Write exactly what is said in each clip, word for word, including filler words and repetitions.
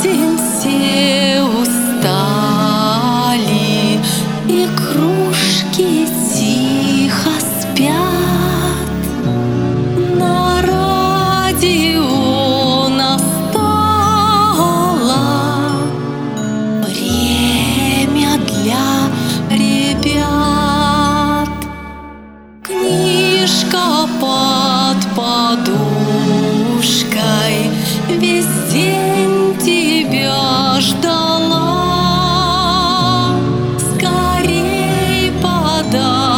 день все устали, и кружки тихо спят. На радио настало время для ребят. Книжка под подушкой весь день тебя ждала. Скорей под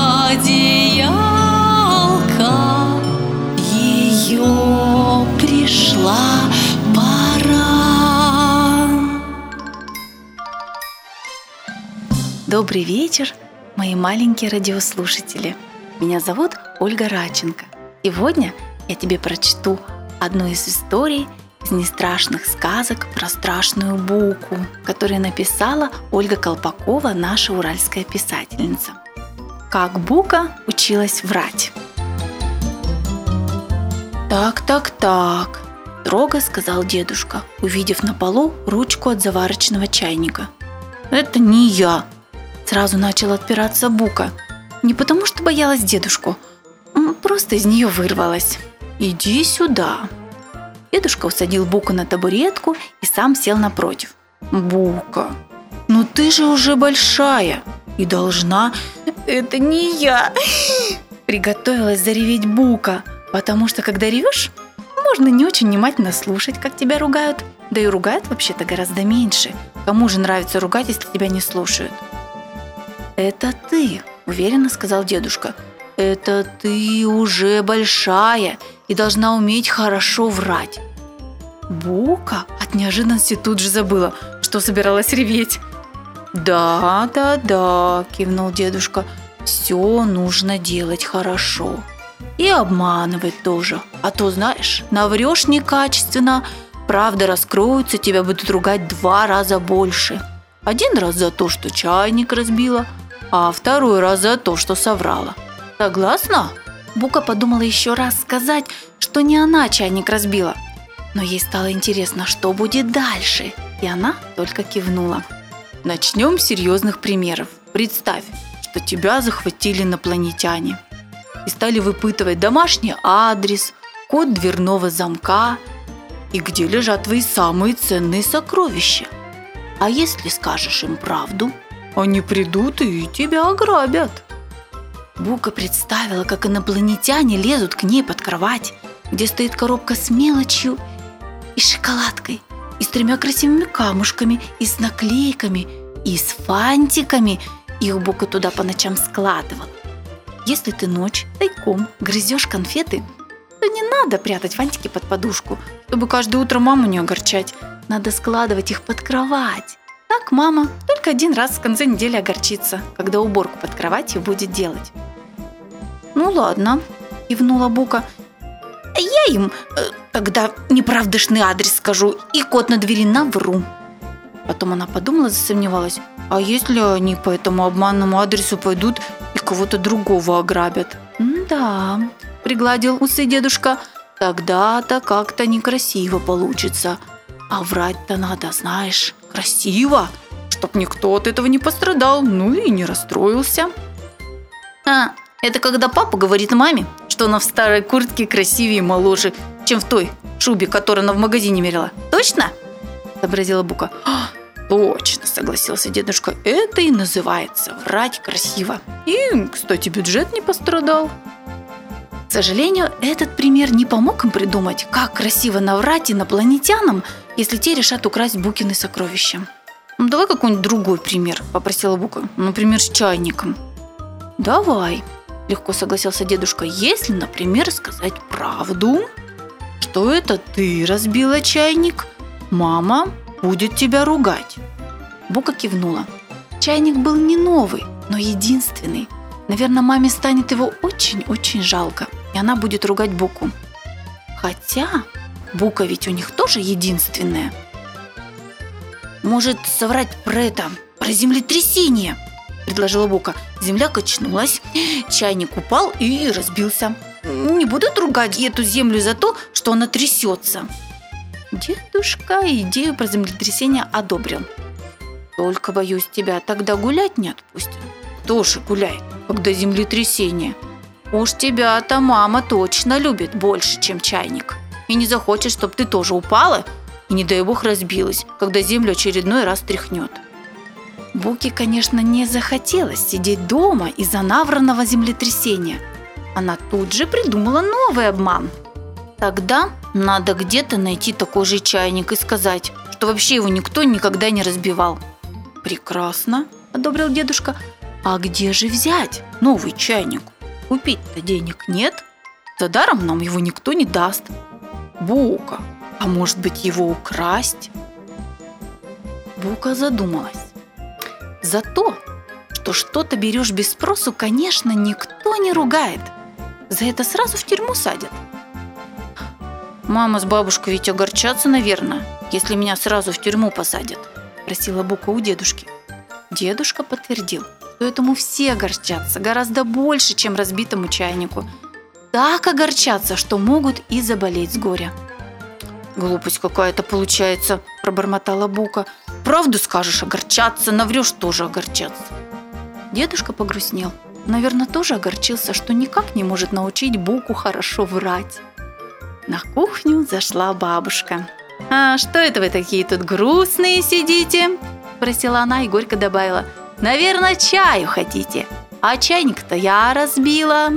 одеялко, ее пришла пора. Добрый вечер, мои маленькие радиослушатели. Меня зовут Ольга Радченко. И сегодня я тебе прочту одну из историй из нестрашных сказок про страшную Буку, которую написала Ольга Колпакова, наша уральская писательница. Как Бука училась врать. «Так, так, так», – строго сказал дедушка, увидев на полу ручку от заварочного чайника. «Это не я», – сразу начала отпираться Бука. Не потому, что боялась дедушку, просто из нее вырвалась. «Иди сюда». Дедушка усадил Буку на табуретку и сам сел напротив. «Бука, ну ты же уже большая и должна...» «Это не я!» Приготовилась зареветь Бука, потому что, когда ревешь, можно не очень внимательно слушать, как тебя ругают. Да и ругают вообще-то гораздо меньше. Кому же нравится ругать, если тебя не слушают? «Это ты», – уверенно сказал дедушка. «Это ты уже большая и должна уметь хорошо врать». Бука от неожиданности тут же забыла, что собиралась реветь. «Да, да, да», – кивнул дедушка, – «все нужно делать хорошо. И обманывать тоже, а то, знаешь, наврешь некачественно, правда раскроется, тебя будут ругать два раза больше. Один раз за то, что чайник разбила, а второй раз за то, что соврала. Согласна?» Бука подумала еще раз сказать, что не она чайник разбила. Но ей стало интересно, что будет дальше, и она только кивнула. «Начнем с серьезных примеров. Представь, что тебя захватили инопланетяне и стали выпытывать домашний адрес, код дверного замка и где лежат твои самые ценные сокровища. А если скажешь им правду, они придут и тебя ограбят». Бука представила, как инопланетяне лезут к ней под кровать, где стоит коробка с мелочью и шоколадкой, и с тремя красивыми камушками, и с наклейками, и с фантиками. Их Бука туда по ночам складывала. Если ты ночь тайком грызешь конфеты, то не надо прятать фантики под подушку, чтобы каждое утро маму не огорчать. Надо складывать их под кровать. Так мама только один раз в конце недели огорчится, когда уборку под кроватью будет делать. «Ну ладно», – кивнула Бука. «Я им э, тогда неправдышный адрес скажу и код на двери навру». Потом она подумала, засомневалась. «А если они по этому обманному адресу пойдут и кого-то другого ограбят?» «Да», – пригладил усы дедушка, – «тогда-то как-то некрасиво получится. А врать-то надо, знаешь, красиво, чтоб никто от этого не пострадал, ну и не расстроился». «А, это когда папа говорит маме, что она в старой куртке красивее и моложе, чем в той шубе, которую она в магазине мерила. Точно?» – сообразила Бука. «Точно», – согласился дедушка, – «это и называется врать красиво. И, кстати, бюджет не пострадал». К сожалению, этот пример не помог им придумать, как красиво наврать инопланетянам, если те решат украсть Букины сокровища. «Ну, давай какой-нибудь другой пример», – попросила Бука. «Например, с чайником». «Давай», – легко согласился дедушка. «Если, например, сказать правду, что это ты разбила чайник, мама будет тебя ругать». Бука кивнула. Чайник был не новый, но единственный. Наверное, маме станет его очень-очень жалко, и она будет ругать Буку. Хотя Бука ведь у них тоже единственная. «Может, соврать про это, про землетрясение?» – предложила Бука. Земля качнулась, чайник упал и разбился. Не будут ругать эту землю за то, что она трясется. Дедушка идею про землетрясение одобрил. Только, боюсь, тебя тогда гулять не отпустят. Кто же гуляет, когда землетрясение? Уж тебя-то мама точно любит больше, чем чайник. И не захочет, чтобы ты тоже упала и, не дай бог, разбилась, когда землю очередной раз тряхнет. Буке, конечно, не захотелось сидеть дома из-за навранного землетрясения. Она тут же придумала новый обман. Тогда надо где-то найти такой же чайник и сказать, что вообще его никто никогда не разбивал. Прекрасно, одобрил дедушка. А где же взять новый чайник? Купить-то денег нет. За даром нам его никто не даст. Бука, а может быть его украсть? Бука задумалась. За то, что что-то берешь без спросу, конечно, никто не ругает. За это сразу в тюрьму садят. «Мама с бабушкой ведь огорчатся, наверное, если меня сразу в тюрьму посадят», – просила Бука у дедушки. Дедушка подтвердил, что этому все огорчатся гораздо больше, чем разбитому чайнику. Так огорчатся, что могут и заболеть с горя. «Глупость какая-то получается», – пробормотала Бука. «Правду скажешь, огорчаться, наврешь, тоже огорчаться». Дедушка погрустнел. Наверное, тоже огорчился, что никак не может научить Буку хорошо врать. На кухню зашла бабушка. «А что это вы такие тут грустные сидите?» – спросила она и горько добавила. «Наверное, чаю хотите, а чайник-то я разбила.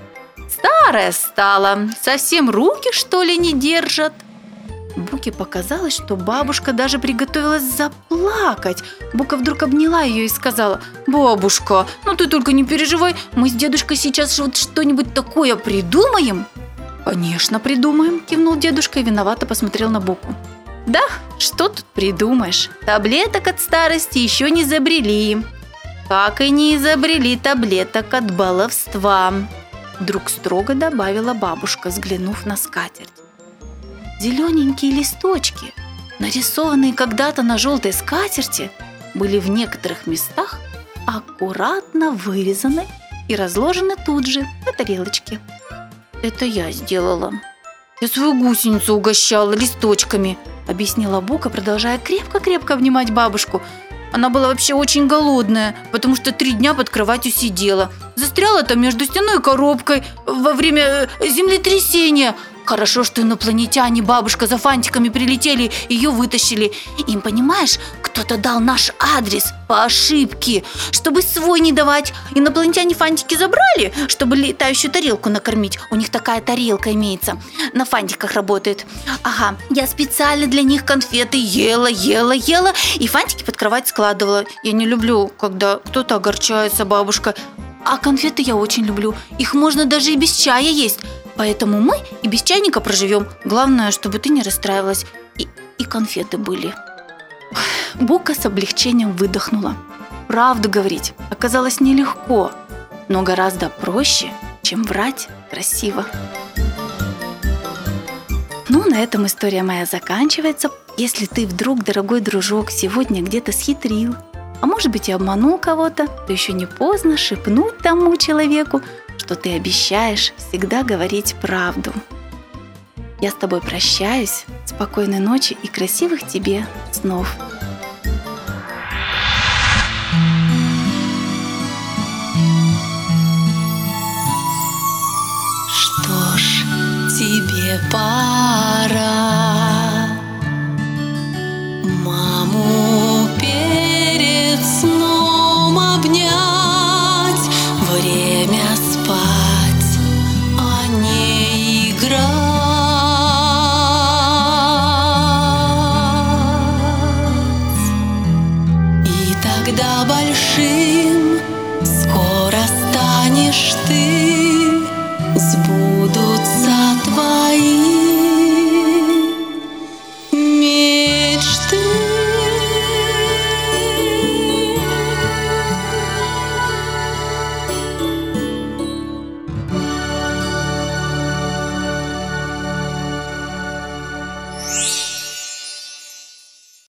Старая стала, совсем руки, что ли, не держат?» Буке показалось, что бабушка даже приготовилась заплакать. Бука вдруг обняла ее и сказала: «Бабушка, ну ты только не переживай, мы с дедушкой сейчас вот что-нибудь такое придумаем». «Конечно, придумаем», – кивнул дедушка и виновато посмотрел на Буку. «Да, что тут придумаешь? Таблеток от старости еще не изобрели. Как и не изобрели таблеток от баловства», – вдруг строго добавила бабушка, взглянув на скатерть. Зелененькие листочки, нарисованные когда-то на желтой скатерти, были в некоторых местах аккуратно вырезаны и разложены тут же на тарелочке. «Это я сделала. Я свою гусеницу угощала листочками», – объяснила Бука, продолжая крепко-крепко обнимать бабушку. «Она была вообще очень голодная, потому что три дня под кроватью сидела. Застряла там между стеной и коробкой во время землетрясения. Хорошо, что инопланетяне, бабушка, за фантиками прилетели, ее вытащили. Им, понимаешь, кто-то дал наш адрес по ошибке, чтобы свой не давать. Инопланетяне фантики забрали, чтобы летающую тарелку накормить. У них такая тарелка имеется, на фантиках работает. Ага, я специально для них конфеты ела, ела, ела и фантики под кровать складывала. Я не люблю, когда кто-то огорчается, бабушка. А конфеты я очень люблю. Их можно даже и без чая есть. Поэтому мы и без чайника проживем. Главное, чтобы ты не расстраивалась. И, и конфеты были». Бука с облегчением выдохнула. Правду говорить оказалось нелегко, но гораздо проще, чем врать красиво. Ну, на этом история моя заканчивается. Если ты вдруг, дорогой дружок, сегодня где-то схитрил, а может быть и обманул кого-то, то еще не поздно шепнуть тому человеку, что ты обещаешь всегда говорить правду. Я с тобой прощаюсь. Спокойной ночи и красивых тебе снов. Что ж, тебе пора маму перед сном обнять. Время спать, а не играть. И тогда большим скоро станешь ты, сбудутся